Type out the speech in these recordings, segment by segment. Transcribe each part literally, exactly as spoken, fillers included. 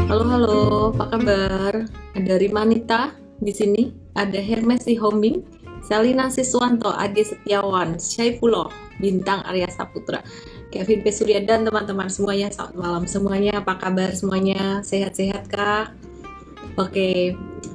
Halo, halo, apa kabar? Ada Rimanita di sini, ada Hermes Sihombing, Selina Siswanto, Ade Setiawan, Syaifullah, Bintang Arya Saputra, Kevin P. Surya, dan teman-teman semuanya. Selamat malam semuanya, apa kabar semuanya? Sehat-sehat kah? Oke.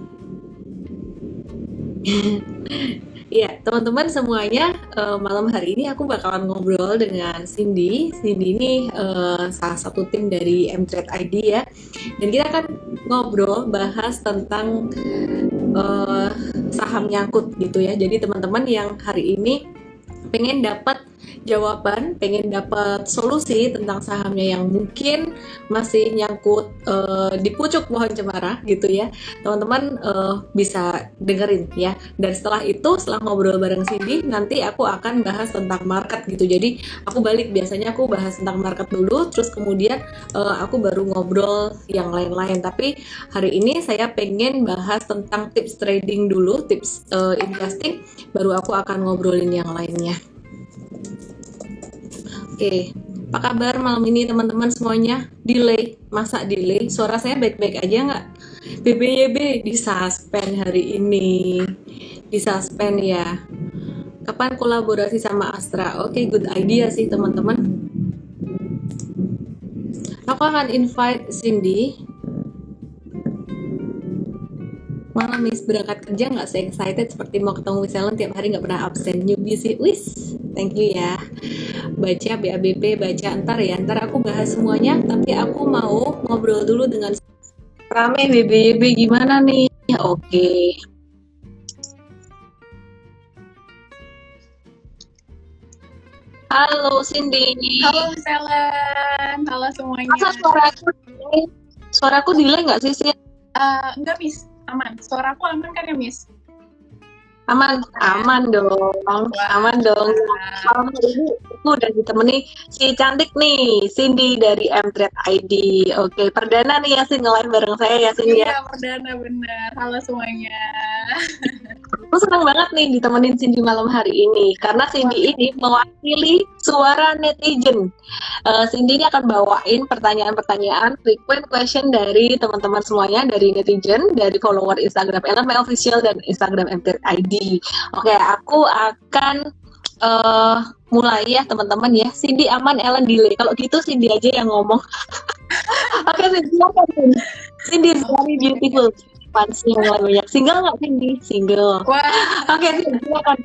Iya, teman-teman semuanya, eh, malam hari ini aku bakalan ngobrol dengan Cindy. Cindy ini eh, salah satu tim dari M-Trade I D ya. Dan kita akan ngobrol bahas tentang eh, saham nyangkut gitu ya. Jadi teman-teman yang hari ini pengen dapat jawaban, pengen dapat solusi tentang sahamnya yang mungkin masih nyangkut uh, di pucuk pohon cemara gitu ya, teman-teman uh, bisa dengerin ya. Dan setelah itu, setelah ngobrol bareng Cindy, nanti aku akan bahas tentang market gitu. Jadi aku balik, biasanya aku bahas tentang market dulu, terus kemudian uh, aku baru ngobrol yang lain-lain. Tapi hari ini saya pengen bahas tentang tips trading dulu, tips uh, investing, baru aku akan ngobrolin yang lainnya. Oke, apa kabar malam ini teman-teman semuanya? Delay, masa delay? Suara saya baik-baik aja nggak? B B Y B disuspend hari ini, disuspend ya. Kapan kolaborasi sama Astra? Oke, good idea sih teman-teman. Aku akan invite Cindy. Malam Miss berangkat kerja nggak se excited seperti mau ketemu Miss Ellen tiap hari nggak pernah absen. Newbie sih, wis, thank you ya. Baca B A B P, baca ntar ya, ntar aku bahas semuanya, tapi aku mau ngobrol dulu dengan Rame. B B Y B gimana nih? Oke. Halo Cindy. Halo Miss Ellen, halo semuanya. Masa suaraku delay? Suaraku delay nggak sih, Cindy? Uh, enggak Miss, aman. Suaraku aman kan ya Miss? Aman, aman dong, aman dong. Malam hari ini aku udah ditemani si cantik nih, Cindy dari M-Trade I D. Oke, perdana nih ya, Cindy nge-live bareng saya ya, Cindy ya. Iya, perdana bener. Halo semuanya. Aku senang banget nih ditemenin Cindy malam hari ini, karena Cindy ini mewakili suara netizen. Uh, Cindy ini akan bawain pertanyaan-pertanyaan frequent question dari teman-teman semuanya, dari netizen, dari follower Instagram L M P Official dan Instagram M-Trade I D. Oke, aku akan uh, mulai ya teman-teman ya. Cindy aman, Ellen delay. Kalau gitu Cindy aja yang ngomong. Oke, Cindy silakan. Cindy is very beautiful. Fansnya mulai banyak. Single nggak Cindy? Single. Wah. Oke, Cindy silakan.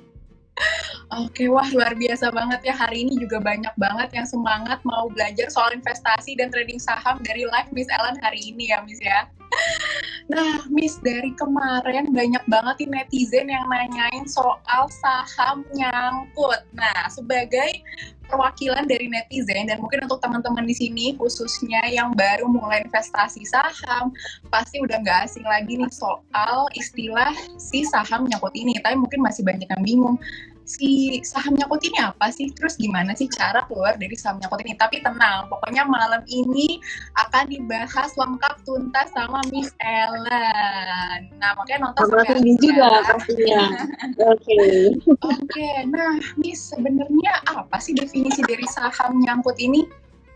Oke, wah luar biasa banget ya. Hari ini juga banyak banget yang semangat mau belajar soal investasi dan trading saham dari live Miss Ellen hari ini ya Miss ya. Nah, Miss, dari kemarin banyak banget nih netizen yang nanyain soal saham nyangkut. Nah, sebagai perwakilan dari netizen dan mungkin untuk teman-teman di sini khususnya yang baru mulai investasi saham, pasti udah nggak asing lagi nih soal istilah si saham nyangkut ini. Tapi mungkin masih banyak yang bingung, si saham nyangkut ini apa sih? Terus gimana sih cara keluar dari saham nyangkut ini? Tapi tenang, pokoknya malam ini akan dibahas lengkap tuntas sama Miss Ellen. Nah, makanya nonton sampai habis juga pastinya. Oke. Oke, nah Miss, sebenarnya apa sih definisi dari saham nyangkut ini?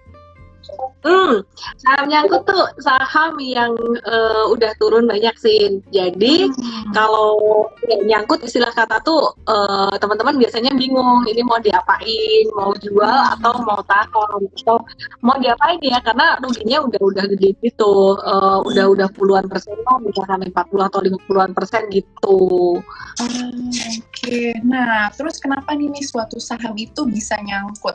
Hmm, saham nyangkut tuh saham yang uh, udah turun banyak sih. Jadi hmm. kalau ya, nyangkut istilah kata tuh uh, teman-teman biasanya bingung ini mau diapain, mau jual hmm. atau mau tahan atau mau diapain ya, karena ruginya udah udah gede gitu, uh, udah udah puluhan persen lah, bisa sampai empat puluh atau lima puluhan persen gitu. Hmm, Oke, okay. Nah terus kenapa nih nih suatu saham itu bisa nyangkut?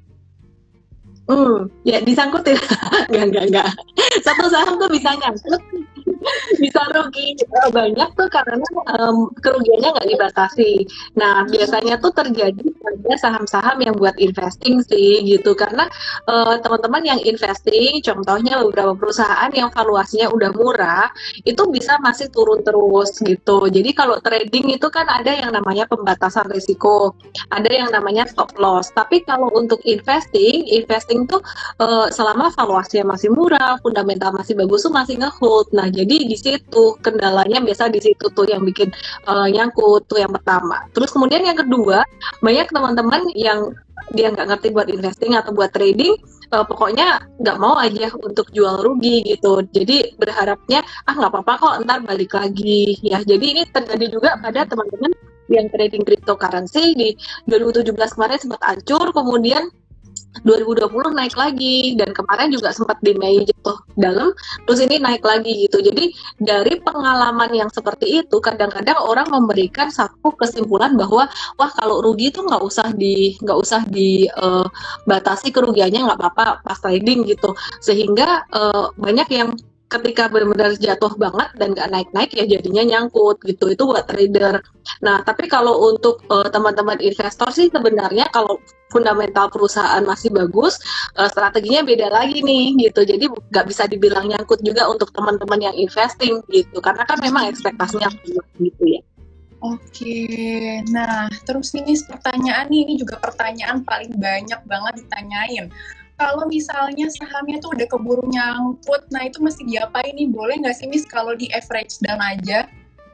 Hmm, ya disangkutin. Enggak, enggak, enggak. Satu saham tuh bisa nyangkut, bisa rugi banyak tuh karena um, kerugiannya nggak dibatasi. Nah, biasanya tuh terjadi pada saham-saham yang buat investing sih gitu. Karena uh, teman-teman yang investing, contohnya beberapa perusahaan yang valuasinya udah murah, itu bisa masih turun terus gitu. Jadi kalau trading itu kan ada yang namanya pembatasan risiko, ada yang namanya stop loss. Tapi kalau untuk investing, investing tuh uh, selama valuasinya masih murah, fundamental masih bagus tuh masih nge-hold. Nah, jadi di situ kendalanya biasa di situ tuh yang bikin uh, nyangkut tuh yang pertama. Terus kemudian yang kedua, banyak teman-teman yang dia nggak ngerti buat investing atau buat trading, uh, pokoknya nggak mau aja untuk jual rugi gitu. Jadi berharapnya ah nggak apa-apa kok ntar balik lagi ya. Jadi ini terjadi juga pada teman-teman yang trading cryptocurrency di dua ribu tujuh belas kemarin sempat hancur, kemudian dua ribu dua puluh naik lagi, dan kemarin juga sempat di Mei jatuh dalam, terus ini naik lagi gitu. Jadi dari pengalaman yang seperti itu, kadang-kadang orang memberikan satu kesimpulan bahwa wah kalau rugi itu nggak usah di nggak usah dibatasi uh, kerugiannya, nggak apa-apa pas trading gitu. Sehingga uh, banyak yang ketika benar-benar jatuh banget dan nggak naik-naik ya jadinya nyangkut gitu. Itu buat trader. Nah tapi kalau untuk uh, teman-teman investor sih sebenarnya kalau fundamental perusahaan masih bagus, uh, strateginya beda lagi nih gitu. Jadi nggak bisa dibilang nyangkut juga untuk teman-teman yang investing gitu, karena kan memang ekspektasinya gitu ya. Oke, nah terus ini pertanyaan nih, ini juga pertanyaan paling banyak banget ditanyain. Kalau misalnya sahamnya tuh udah keburu nyangkut, nah itu mesti diapain nih? Boleh nggak sih Miss kalau di average down aja?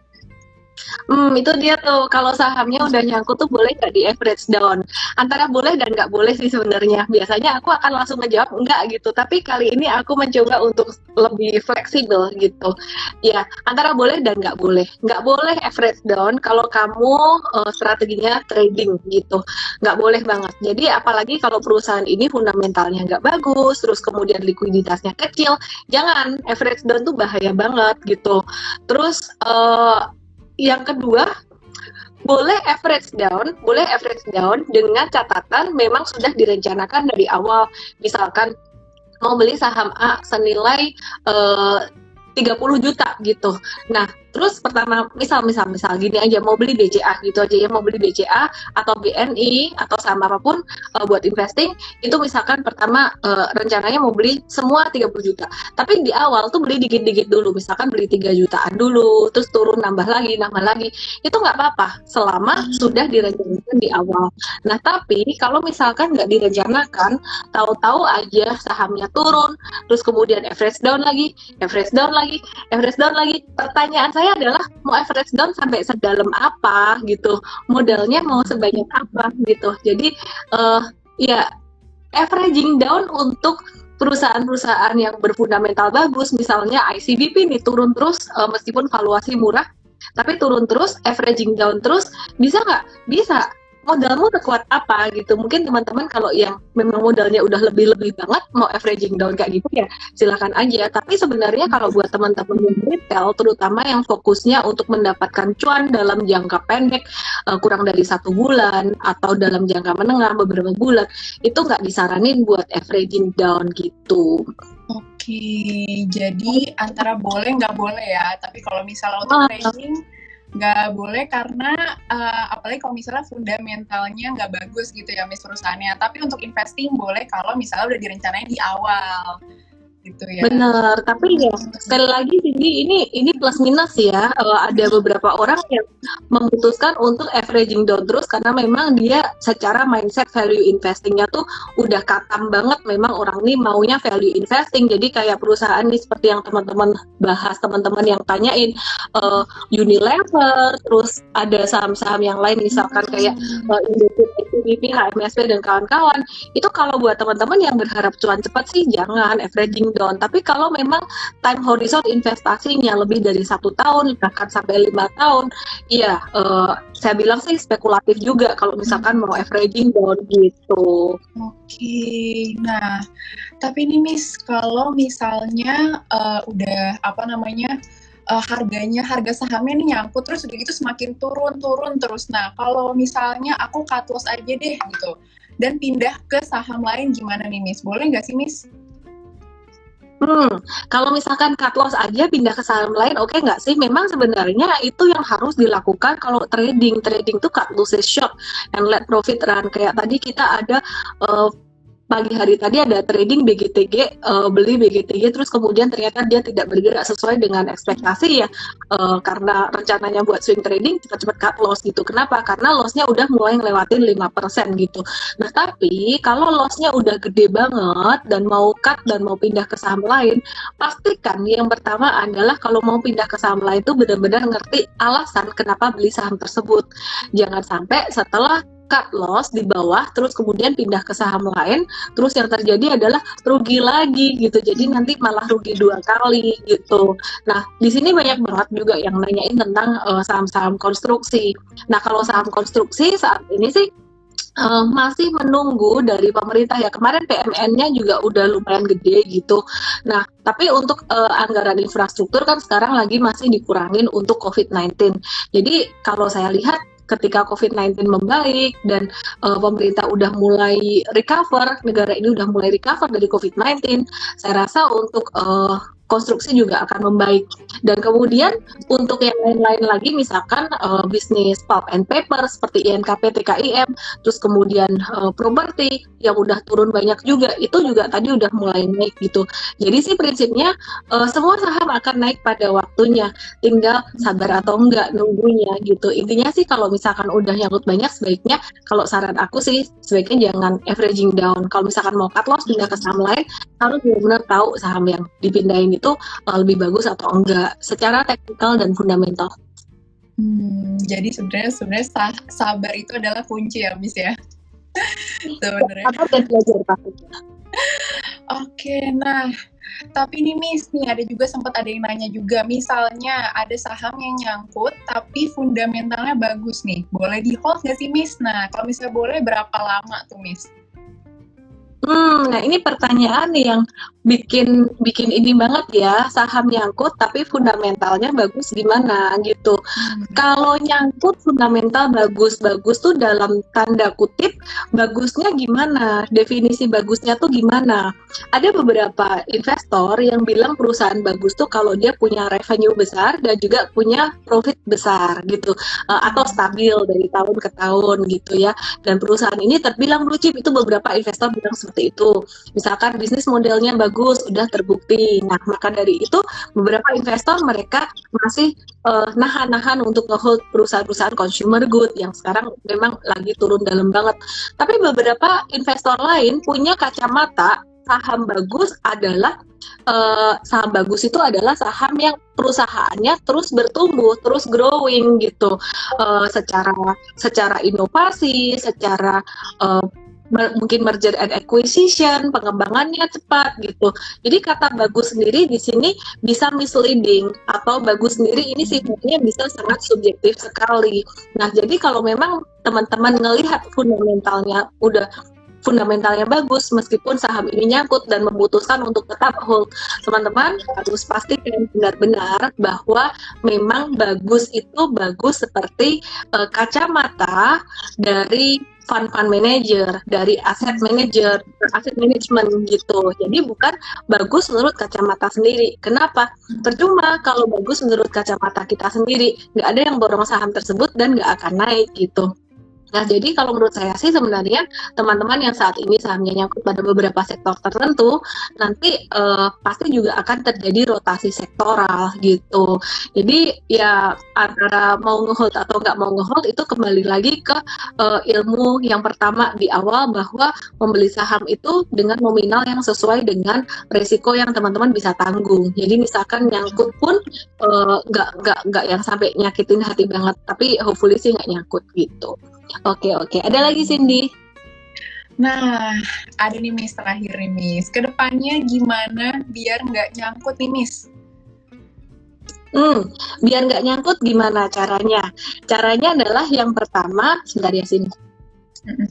Hmm, itu dia tuh, kalau sahamnya udah nyangkut tuh boleh nggak di average down? Antara boleh dan nggak boleh sih sebenarnya. Biasanya aku akan langsung ngejawab enggak gitu, tapi kali ini aku mencoba untuk lebih fleksibel gitu. Ya, antara boleh dan nggak boleh. Nggak boleh average down kalau kamu uh, strateginya trading gitu. Nggak boleh banget. Jadi apalagi kalau perusahaan ini fundamentalnya nggak bagus, terus kemudian likuiditasnya kecil, jangan. Average down tuh bahaya banget gitu. Terus uh, yang kedua, boleh average down, boleh average down dengan catatan memang sudah direncanakan dari awal. Misalkan mau beli saham A senilai uh, tiga puluh juta gitu. Nah, terus pertama misal misal misal gini aja, mau beli B C A gitu aja ya, mau beli B C A atau B N I atau saham apapun uh, buat investing, itu misalkan pertama uh, rencananya mau beli semua tiga puluh juta. Tapi di awal tuh beli dikit-dikit dulu, misalkan beli tiga jutaan dulu, terus turun nambah lagi, nambah lagi. Itu nggak apa-apa selama sudah direncanakan di awal. Nah, tapi kalau misalkan nggak direncanakan, tahu-tahu aja sahamnya turun, terus kemudian average down lagi, average down lagi, average down lagi. Pertanyaan saya adalah mau average down sampai sedalam apa gitu, modalnya mau sebanyak apa gitu. Jadi uh, ya averaging down untuk perusahaan-perusahaan yang berfundamental bagus, misalnya I C B P nih turun terus uh, meskipun valuasi murah, tapi turun terus, averaging down terus, bisa nggak? Bisa. Modalmu udah kuat apa gitu. Mungkin teman-teman kalau yang memang modalnya udah lebih-lebih banget mau averaging down kayak gitu ya silakan aja. Tapi sebenarnya kalau buat teman-teman yang retail, terutama yang fokusnya untuk mendapatkan cuan dalam jangka pendek uh, kurang dari satu bulan atau dalam jangka menengah beberapa bulan, itu nggak disaranin buat averaging down gitu. Oke, jadi antara boleh nggak boleh ya. Tapi kalau misalnya untuk trading nggak boleh karena uh, apalagi kalau misalnya fundamentalnya nggak bagus gitu ya Miss perusahaannya. Tapi untuk investing boleh kalau misalnya udah direncanain di awal gitu ya. Bener, tapi ya sekali lagi ini ini ini plus minus ya. Uh, ada beberapa orang yang memutuskan untuk averaging down terus karena memang dia secara mindset value investingnya tuh udah katam banget. Memang orang ini maunya value investing. Jadi kayak perusahaan nih seperti yang teman-teman bahas, teman-teman yang tanyain uh, Unilever, terus ada saham-saham yang lain misalkan kayak uh, Indofood, S C B P, H M S P dan kawan-kawan. Itu kalau buat teman-teman yang berharap cuan cepat sih jangan averaging down. Tapi kalau memang time horizon investasinya lebih dari satu tahun bahkan sampai lima tahun, ya uh, saya bilang sih spekulatif juga kalau misalkan mau averaging down gitu. Oke, nah tapi ini Miss, kalau misalnya uh, udah apa namanya uh, harganya harga sahamnya nih nyangkut terus udah gitu semakin turun turun terus. Nah kalau misalnya aku cut loss aja deh gitu dan pindah ke saham lain, gimana nih Miss? Boleh nggak sih Miss? Hmm, kalau misalkan cut loss aja pindah ke saham lain, oke okay nggak sih? Memang sebenarnya itu yang harus dilakukan kalau trading. Trading tuh cut losses short and let profit run. Kayak tadi kita ada uh, pagi hari tadi ada trading B G T G, uh, beli B G T G terus kemudian ternyata dia tidak bergerak sesuai dengan ekspektasi ya, uh, karena rencananya buat swing trading cepat-cepat cut loss gitu. Kenapa? Karena lossnya udah mulai ngelewatin lima persen gitu. Nah tapi kalau lossnya udah gede banget dan mau cut dan mau pindah ke saham lain, pastikan yang pertama adalah kalau mau pindah ke saham lain itu benar-benar ngerti alasan kenapa beli saham tersebut. Jangan sampai setelah cut loss di bawah, terus kemudian pindah ke saham lain, terus yang terjadi adalah rugi lagi gitu. Jadi nanti malah rugi dua kali gitu. Nah, di sini banyak banget juga yang nanyain tentang uh, saham-saham konstruksi. Nah, kalau saham konstruksi saat ini sih Uh, masih menunggu dari pemerintah ya. Kemarin P M N-nya juga udah lumayan gede gitu. Nah, tapi untuk uh, anggaran infrastruktur kan sekarang lagi masih dikurangin untuk covid sembilan belas. Jadi kalau saya lihat ketika covid sembilan belas membaik dan uh, pemerintah udah mulai recover, negara ini udah mulai recover dari covid sembilan belas, saya rasa untuk uh, konstruksi juga akan membaik. Dan kemudian untuk yang lain-lain lagi, misalkan uh, bisnis pulp and paper seperti I N K P, T K I M, terus kemudian uh, properti yang udah turun banyak juga, itu juga tadi udah mulai naik gitu. Jadi sih prinsipnya uh, semua saham akan naik pada waktunya, tinggal sabar atau enggak nunggunya gitu. Intinya sih kalau misalkan udah nyangkut banyak, sebaiknya kalau saran aku sih sebaiknya jangan averaging down. Kalau misalkan mau cut loss pindah ke saham lain, harus benar-benar tahu saham yang dipindahin itu uh, lebih bagus atau enggak secara teknikal dan fundamental. Hmm, jadi sebenarnya sebenarnya sah- sabar itu adalah kunci ya, Miss ya. Sebenarnya. Sabar dan belajar pastinya. Oke, nah tapi nih Miss, nih ada juga sempat ada yang nanya juga, misalnya ada saham yang nyangkut tapi fundamentalnya bagus nih, boleh di hold nggak sih Miss? Nah kalau misalnya boleh, berapa lama tuh Miss? Hmm, nah ini pertanyaan nih yang bikin bikin ini banget ya, saham nyangkut tapi fundamentalnya bagus gimana gitu. Hmm. Kalau nyangkut fundamental bagus-bagus tuh dalam tanda kutip bagusnya gimana? Definisi bagusnya tuh gimana? Ada beberapa investor yang bilang perusahaan bagus tuh kalau dia punya revenue besar dan juga punya profit besar gitu, uh, atau stabil dari tahun ke tahun gitu ya. Dan perusahaan ini terbilang blue chip, itu beberapa investor bilang seperti itu. Misalkan bisnis modelnya bagus, udah terbukti. Nah, maka dari itu beberapa investor mereka masih uh, nahan-nahan untuk nge-hold perusahaan-perusahaan consumer good yang sekarang memang lagi turun dalam banget. Tapi beberapa investor lain punya kacamata saham bagus adalah uh, saham bagus itu adalah saham yang perusahaannya terus bertumbuh, terus growing gitu, uh, secara secara inovasi, secara uh, mungkin merger and acquisition, pengembangannya cepat gitu. Jadi kata bagus sendiri di sini bisa misleading, atau bagus sendiri ini sifatnya bisa sangat subjektif sekali. Nah, jadi kalau memang teman-teman ngelihat fundamentalnya udah fundamentalnya bagus, meskipun saham ini nyangkut dan memutuskan untuk tetap hold, teman-teman harus pastikan benar-benar bahwa memang bagus itu bagus seperti uh, kacamata dari fund-fund manager, dari aset manager, aset management gitu. Jadi bukan bagus menurut kacamata sendiri. Kenapa? Percuma kalau bagus menurut kacamata kita sendiri, nggak ada yang borong saham tersebut dan nggak akan naik gitu. Nah, jadi kalau menurut saya sih sebenarnya teman-teman yang saat ini sahamnya nyangkut pada beberapa sektor tertentu, nanti uh, pasti juga akan terjadi rotasi sektoral gitu. Jadi ya antara mau nge-hold atau nggak mau nge-hold itu kembali lagi ke uh, ilmu yang pertama di awal, bahwa membeli saham itu dengan nominal yang sesuai dengan resiko yang teman-teman bisa tanggung. Jadi misalkan nyangkut pun uh, nggak nggak nggak yang sampai nyakitin hati banget, tapi hopefully sih nggak nyangkut gitu. Oke, oke. Ada lagi, Cindy? Nah, ada nih, Miss, terakhir nih, Miss. Kedepannya gimana biar nggak nyangkut nih, Miss? Hmm, biar nggak nyangkut gimana caranya? Caranya adalah yang pertama, sebentar ya, sini. Mm-mm.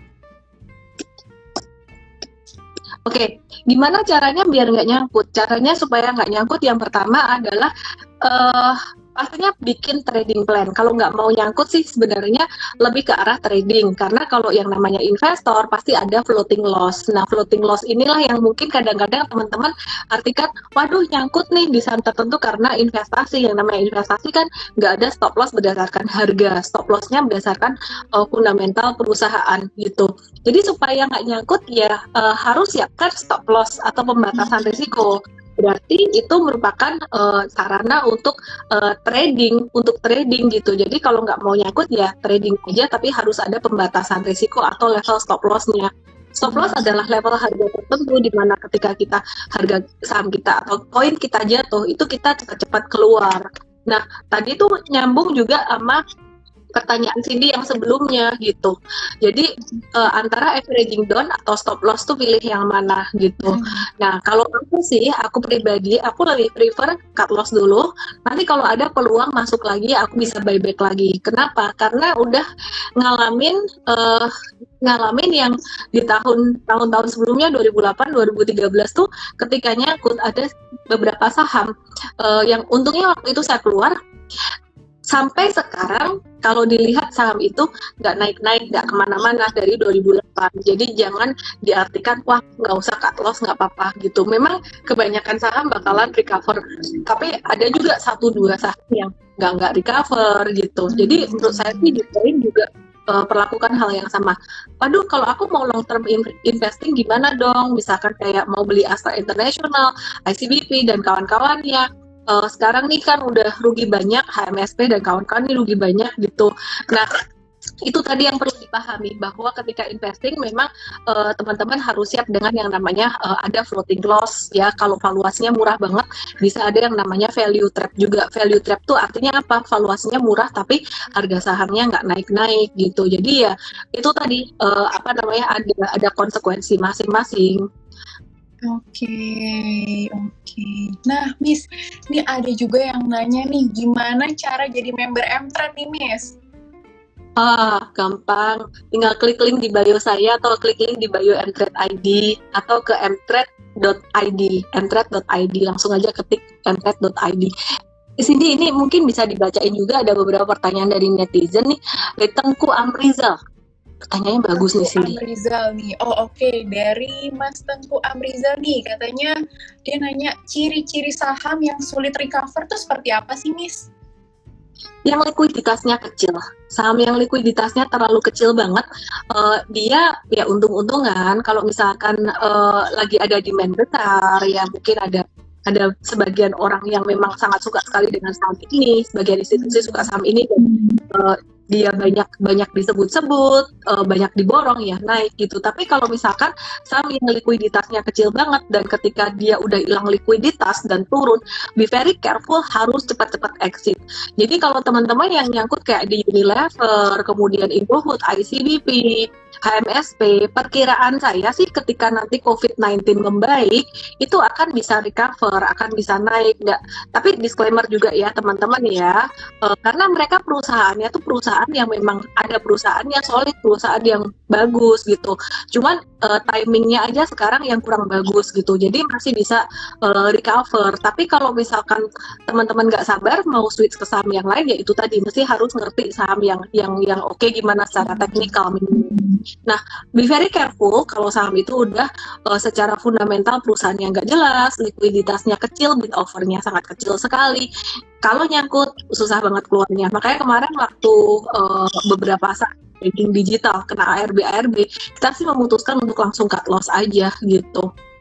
Oke, gimana caranya biar nggak nyangkut? Caranya supaya nggak nyangkut yang pertama adalah uh, pastinya bikin trading plan. Kalau nggak mau nyangkut sih sebenarnya lebih ke arah trading, karena kalau yang namanya investor pasti ada floating loss. Nah, floating loss inilah yang mungkin kadang-kadang teman-teman artikan, waduh nyangkut nih di saham tertentu karena investasi. Yang namanya investasi kan nggak ada stop loss berdasarkan harga, stop lossnya berdasarkan uh, fundamental perusahaan gitu. Jadi supaya nggak nyangkut ya uh, harus siapkan stop loss atau pembatasan risiko. Berarti itu merupakan uh, sarana untuk uh, trading, untuk trading gitu. Jadi kalau nggak mau nyangkut ya trading aja, tapi harus ada pembatasan risiko atau level stop loss-nya. Stop loss adalah level harga tertentu di mana ketika kita harga saham kita atau koin kita jatuh, itu kita cepat-cepat keluar. Nah, tadi tuh nyambung juga sama pertanyaan Cindy yang sebelumnya gitu. Jadi uh, antara averaging down atau stop loss tuh pilih yang mana gitu. Hmm. Nah kalau aku sih, aku pribadi, aku lebih prefer cut loss dulu. Nanti kalau ada peluang masuk lagi, aku bisa buyback lagi. Kenapa? Karena udah ngalamin uh, ngalamin yang di tahun tahun-tahun sebelumnya dua ribu delapan dua ribu tiga belas tuh ketika nyangkut ada beberapa saham uh, yang untungnya waktu itu saya keluar. Sampai sekarang kalau dilihat saham itu nggak naik-naik, nggak kemana-mana dari dua ribu delapan. Jadi jangan diartikan wah nggak usah cut loss nggak apa-apa gitu. Memang kebanyakan saham bakalan recover, tapi ada juga satu dua saham yang nggak nggak recover gitu. Jadi menurut saya sih di poin juga uh, perlakukan hal yang sama. Waduh, kalau aku mau long term investing gimana dong? Misalkan kayak mau beli Astra International, I C B P dan kawan-kawannya. Uh, sekarang nih kan udah rugi banyak, H M S P dan kawan-kawan ini rugi banyak gitu. Nah, itu tadi yang perlu dipahami bahwa ketika investing memang uh, teman-teman harus siap dengan yang namanya uh, ada floating loss ya. Kalau valuasinya murah banget, bisa ada yang namanya value trap juga. Value trap tuh artinya apa? Valuasinya murah tapi harga sahamnya nggak naik-naik gitu. Jadi ya itu tadi uh, apa namanya ada ada konsekuensi masing-masing. Oke, okay, oke. Okay. Nah, Miss, ini ada juga yang nanya nih, gimana cara jadi member M-Trade nih, Miss? Ah, gampang. Tinggal klik link di bio saya atau klik link di bio M-Trade I D atau ke m trade dot i d, m trade dot i d. Langsung aja ketik m trade dot i d. Di sini ini mungkin bisa dibacain juga, ada beberapa pertanyaan dari netizen nih. Dari Tengku Amrizal. Pertanyaannya bagus nih Cindy. Amrizal nih, oh oke okay. Dari Mas Tengku Amrizal nih, katanya dia nanya ciri-ciri saham yang sulit recover tuh seperti apa sih, Miss? Yang likuiditasnya kecil, saham yang likuiditasnya terlalu kecil banget, uh, dia ya untung-untungan. Kalau misalkan uh, lagi ada demand besar, ya mungkin ada ada sebagian orang yang memang sangat suka sekali dengan saham ini, sebagian institusi suka saham ini dan uh, dia banyak banyak disebut-sebut, uh, banyak diborong ya naik gitu. Tapi kalau misalkan saham yang likuiditasnya kecil banget dan ketika dia udah hilang likuiditas dan turun, be very careful, harus cepat-cepat exit. Jadi kalau teman-teman yang nyangkut kayak di Unilever, kemudian Indofood, I C B P, H M S P, perkiraan saya sih ketika nanti covid sembilan belas membaik, itu akan bisa recover, akan bisa naik. Nggak, tapi disclaimer juga ya teman-teman ya, uh, karena mereka perusahaannya tuh perusahaan yang memang ada perusahaan yang solid, perusahaan yang bagus gitu. Cuman uh, timingnya aja sekarang yang kurang bagus gitu. Jadi masih bisa uh, recover. Tapi kalau misalkan teman-teman nggak sabar mau switch ke saham yang lain, ya itu tadi mesti harus ngerti saham yang yang yang oke okay, gimana secara teknikal. Nah, be very careful kalau saham itu udah uh, secara fundamental perusahaan yang nggak jelas, likuiditasnya kecil, bid offernya sangat kecil sekali. Kalau nyangkut susah banget keluarnya. Makanya kemarin waktu uh, beberapa saat trading digital kena A R B A R B, kita sih memutuskan untuk langsung cut loss aja gitu.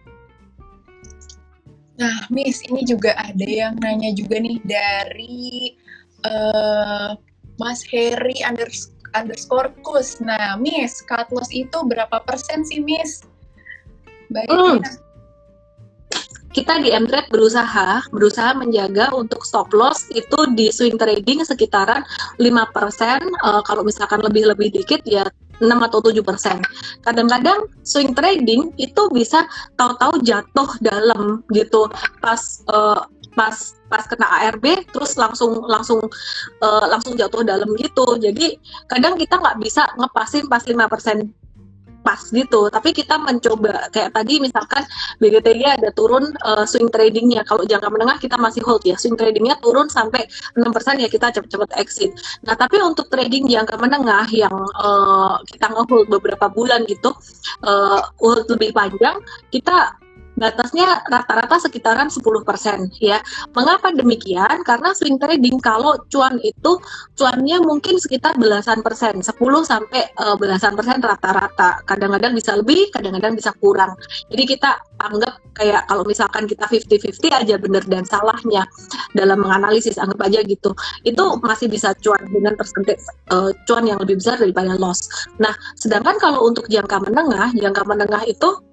Nah, Miss, ini juga ada yang nanya juga nih dari uh, Mas Heri underscore underscore kus. Nah, Miss, cut loss itu berapa persen sih, Miss? Baiknya. Hmm. Kita di M-Trade berusaha berusaha menjaga untuk stop loss itu di swing trading sekitaran lima persen, uh, kalau misalkan lebih-lebih dikit ya enam atau tujuh persen. Kadang-kadang swing trading itu bisa tahu-tahu jatuh dalam gitu pas uh, pas pas kena A R B terus langsung langsung uh, langsung jatuh dalam gitu. Jadi kadang kita nggak bisa ngepasin pas lima persen pas gitu, tapi kita mencoba kayak tadi misalkan B G T G ada turun uh, swing tradingnya, kalau jangka menengah kita masih hold ya, swing tradingnya turun sampai enam persen ya kita cepet-cepet exit. Nah tapi untuk trading jangka menengah yang uh, kita nge-hold beberapa bulan gitu, uh, hold lebih panjang, kita batasnya rata-rata sekitaran sepuluh persen ya. Mengapa demikian? Karena swing trading kalau cuan itu cuannya mungkin sekitar belasan persen, sepuluh sampai uh, belasan persen rata-rata. Kadang-kadang bisa lebih, kadang-kadang bisa kurang. Jadi kita anggap kayak kalau misalkan kita lima puluh lima puluh aja benar dan salahnya dalam menganalisis, anggap aja gitu. Itu masih bisa cuan dengan persentase uh, cuan yang lebih besar daripada loss. Nah, sedangkan kalau untuk jangka menengah, jangka menengah itu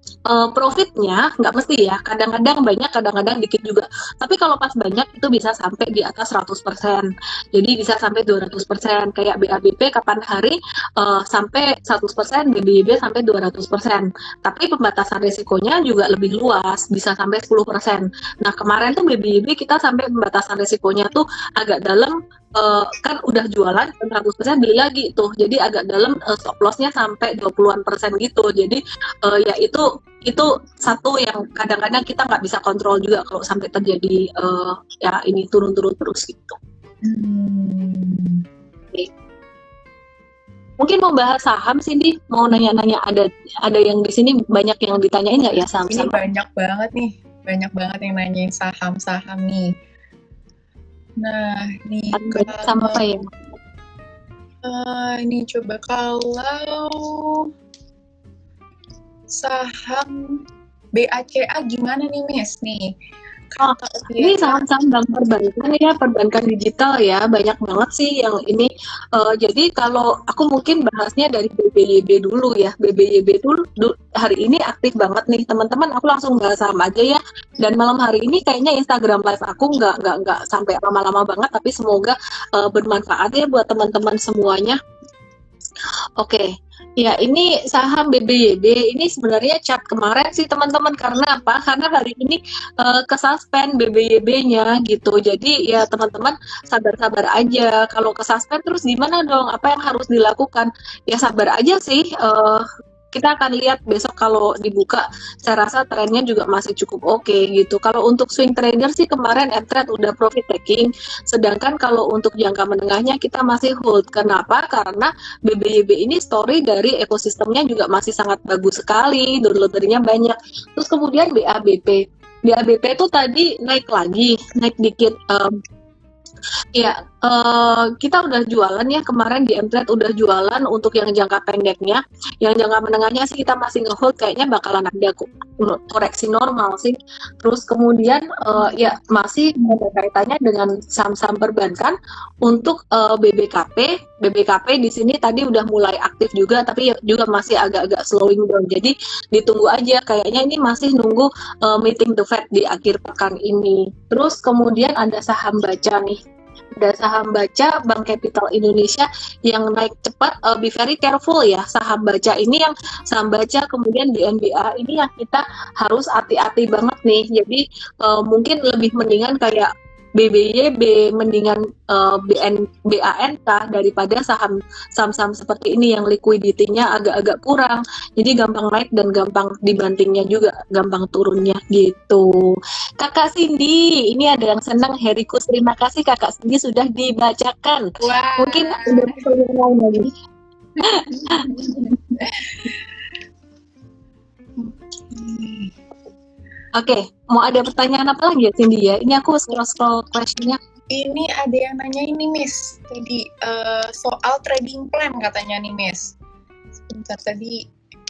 uh, profitnya nggak mesti ya, kadang-kadang banyak, kadang-kadang dikit juga. Tapi kalau pas banyak itu bisa sampai di atas seratus persen. Jadi bisa sampai dua ratus persen. Kayak B A B P kapan hari uh, sampai seratus persen, B B Y B sampai dua ratus persen. Tapi pembatasan risikonya juga lebih luas, bisa sampai sepuluh persen. Nah, kemarin tuh B B Y B kita sampai pembatasan risikonya tuh agak dalam. Uh, kan udah jualan seratus persen beli lagi tuh, jadi agak dalam, uh, stop lossnya sampai dua puluhan persen gitu. Jadi uh, ya itu itu satu yang kadang-kadang kita nggak bisa kontrol juga kalau sampai terjadi uh, ya ini turun-turun terus gitu. Hmm. Okay. Mungkin mau bahas saham sih, Di. Mau nanya-nanya, ada ada yang di sini banyak yang ditanyain nggak ya saham-saham? Ini banyak banget nih, banyak banget yang nanyain saham-saham nih. Nah, nih kalau, sama apa ya? Uh, ini coba kalau saham B A C A gimana nih, Miss? Nih, oh, ini saham-saham bank perbankan ya, perbankan digital ya, banyak banget sih yang ini. Uh, jadi kalau aku mungkin bahasnya dari B B Y B dulu ya, B B Y B dulu hari ini aktif banget nih teman-teman. Aku langsung bahas saham aja ya. Dan malam hari ini kayaknya Instagram live aku nggak nggak nggak sampai lama-lama banget, tapi semoga uh, bermanfaat ya buat teman-teman semuanya. Oke. Okay. Ya, ini saham B B Y B ini sebenarnya chart kemarin sih teman-teman, karena apa? Karena hari ini uh, kesuspend B B Y B-nya gitu. Jadi ya teman-teman sabar-sabar aja. Kalau kesuspend terus gimana dong? Apa yang harus dilakukan? Ya sabar aja sih. Uh, kita akan lihat besok kalau dibuka. Saya rasa trennya juga masih cukup oke okay, gitu. Kalau untuk swing trader sih kemarin M-Trade udah profit taking. Sedangkan kalau untuk jangka menengahnya kita masih hold. Kenapa? Karena B B Y B ini story dari ekosistemnya juga masih sangat bagus sekali. Downloadernya banyak. Terus kemudian B A B P. B A B P itu tadi naik lagi, naik dikit. Um, Ya, uh, kita udah jualan ya kemarin di M-Trade udah jualan untuk yang jangka pendeknya. Yang jangka menengahnya sih kita masih nge-hold, kayaknya bakalan ada koreksi normal sih. Terus kemudian uh, ya masih ada kaitannya dengan saham-saham perbankan untuk uh, B B K P. B B K P di sini tadi udah mulai aktif juga, tapi juga masih agak-agak slowing down. Jadi ditunggu aja, kayaknya ini masih nunggu uh, meeting the Fed di akhir pekan ini. Terus kemudian ada saham baca nih. Ada saham baca Bank Capital Indonesia yang naik cepat, uh, be very careful ya. Saham baca ini yang saham baca kemudian B N B A ini yang kita harus hati-hati banget nih. Jadi uh, mungkin lebih mendingan kayak B B Y B, mendingan uh, B N B A N K daripada saham saham-saham seperti ini yang liquidity-nya agak-agak kurang. Jadi gampang naik dan gampang dibantingnya juga, gampang turunnya gitu. Kakak Cindy, ini ada yang senang, Herikus. Terima kasih Kakak Cindy sudah dibacakan. Wow. Mungkin ada pertanyaan lagi. Oke, okay. Mau ada pertanyaan apa lagi ya Cindy ya? Ini aku scroll-scroll questionnya. Ini ada yang nanya ini Miss, tadi uh, soal trading plan katanya nih Miss. Sebentar tadi.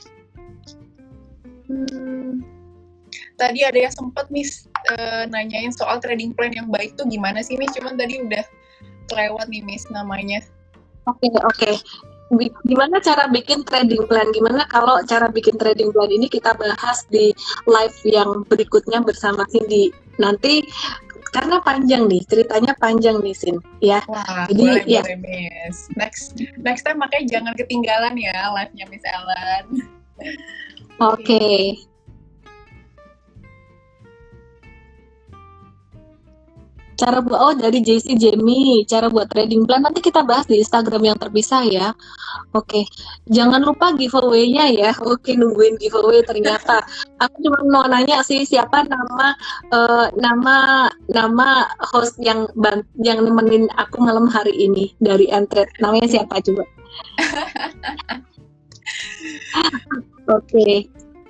Hmm, tadi ada yang sempat Miss uh, nanyain soal trading plan yang baik tuh gimana sih Miss? Cuman tadi udah kelewat nih Miss namanya. Oke, okay, oke. Okay. Gimana cara bikin trading plan? Gimana kalau cara bikin trading plan ini kita bahas di live yang berikutnya bersama Cindy. Nanti karena panjang nih, ceritanya panjang nih Sin, ya. Wah, jadi boleh, ya. Boleh, Miss. Next next time makanya jangan ketinggalan ya live-nya Miss Ellen. Oke. Okay. Cara buat, oh dari J C Jamie, cara buat trading plan nanti kita bahas di Instagram yang terpisah ya. Oke, jangan lupa giveaway-nya ya. Oke, nungguin giveaway ternyata. Aku cuma mau nanya sih siapa nama uh, nama nama host yang ban, yang nemenin aku malam hari ini dari M-Trade. Namanya siapa coba? Oke.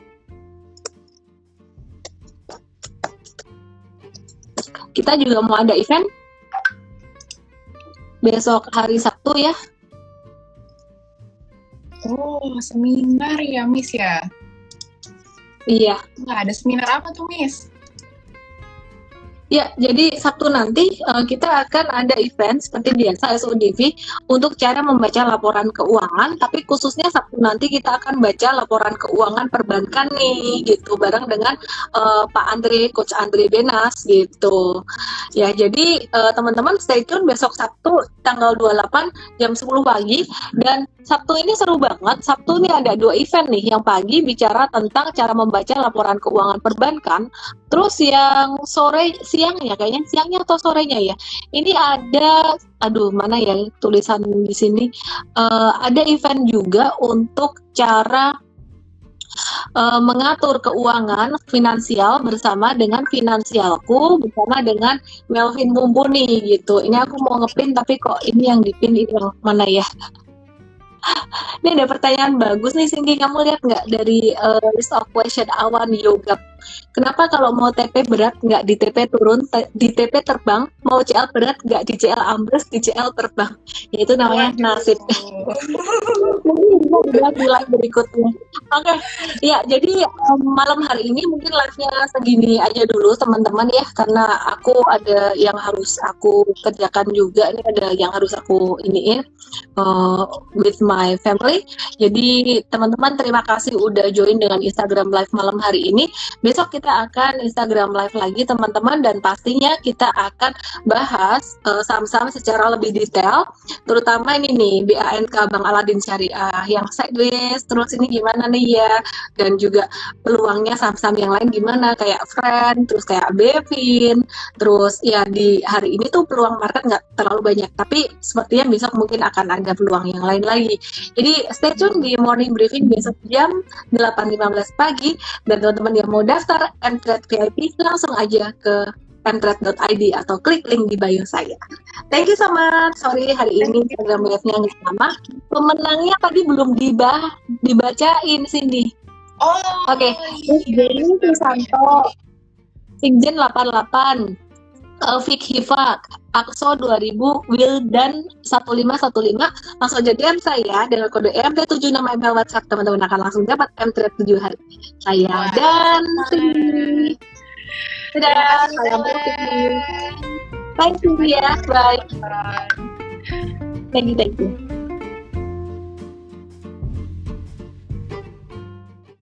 Kita juga mau ada event besok hari Sabtu ya. Oh, seminar ya Miss ya? Iya. Nggak ada seminar apa tuh Miss? Ya, jadi Sabtu nanti uh, kita akan ada event seperti biasa S O D V untuk cara membaca laporan keuangan, tapi khususnya Sabtu nanti kita akan baca laporan keuangan perbankan nih, gitu, bareng dengan uh, Pak Andre, Coach Andre Benas, gitu. Ya, jadi uh, teman-teman stay tune besok Sabtu tanggal dua puluh delapan jam sepuluh pagi, dan Sabtu ini seru banget. Sabtu ini ada dua event nih, yang pagi bicara tentang cara membaca laporan keuangan perbankan. Terus yang sore siangnya, kayaknya siangnya atau sorenya ya. Ini ada, aduh mana ya tulisan di sini. Uh, ada event juga untuk cara uh, mengatur keuangan finansial bersama dengan Finansialku bersama dengan Melvin Mumpuni gitu. Ini aku mau ngepin tapi kok ini yang dipin ini yang mana ya? Ini ada pertanyaan bagus nih Cindy, kamu lihat nggak dari uh, list of question awan yoga? Kenapa kalau mau T P berat nggak di T P turun, di T P terbang, mau C L berat nggak di C L ambles, di C L terbang? Ya itu namanya Waduh. nasib. Mungkin bisa di live berikutnya. Oke, okay. Ya jadi um, malam hari ini mungkin live-nya segini aja dulu teman-teman ya, karena aku ada yang harus aku kerjakan juga, ini ada yang harus aku iniin uh, with my family. Jadi teman-teman terima kasih udah join dengan Instagram live malam hari ini. Besok kita akan Instagram live lagi teman-teman, dan pastinya kita akan bahas uh, saham-saham secara lebih detail, terutama ini nih B A N K Bank Aladin Syariah yang sideways, terus ini gimana nih ya, dan juga peluangnya saham-saham yang lain gimana, kayak Friend, terus kayak Bevin, terus ya di hari ini tuh peluang market nggak terlalu banyak, tapi sepertinya besok mungkin akan ada peluang yang lain lagi. Jadi stay tune di morning briefing besok jam delapan lima belas pagi, dan teman-teman yang mau daftar Mtrade V I P langsung aja ke mtrade dot I D atau klik link di bio saya. Thank you so much. Sorry hari ini Instagram live-nya nggak lama. Pemenangnya tadi belum dibah dibacain Cindy. Oh. Oke. Okay. Jenny Susanto, Sigjen delapan puluh delapan, Fik Hifak, Akso dua ribu, Wildan satu lima satu lima, langsung aja D M saya dengan kode M T tujuh enam email WhatsApp, teman-teman akan langsung dapat Mtrade tujuh hari saya. Wow. Dan Cindy. Dadah, salam Cindy. Bye Cindy ya, bye. Thank you, thank you.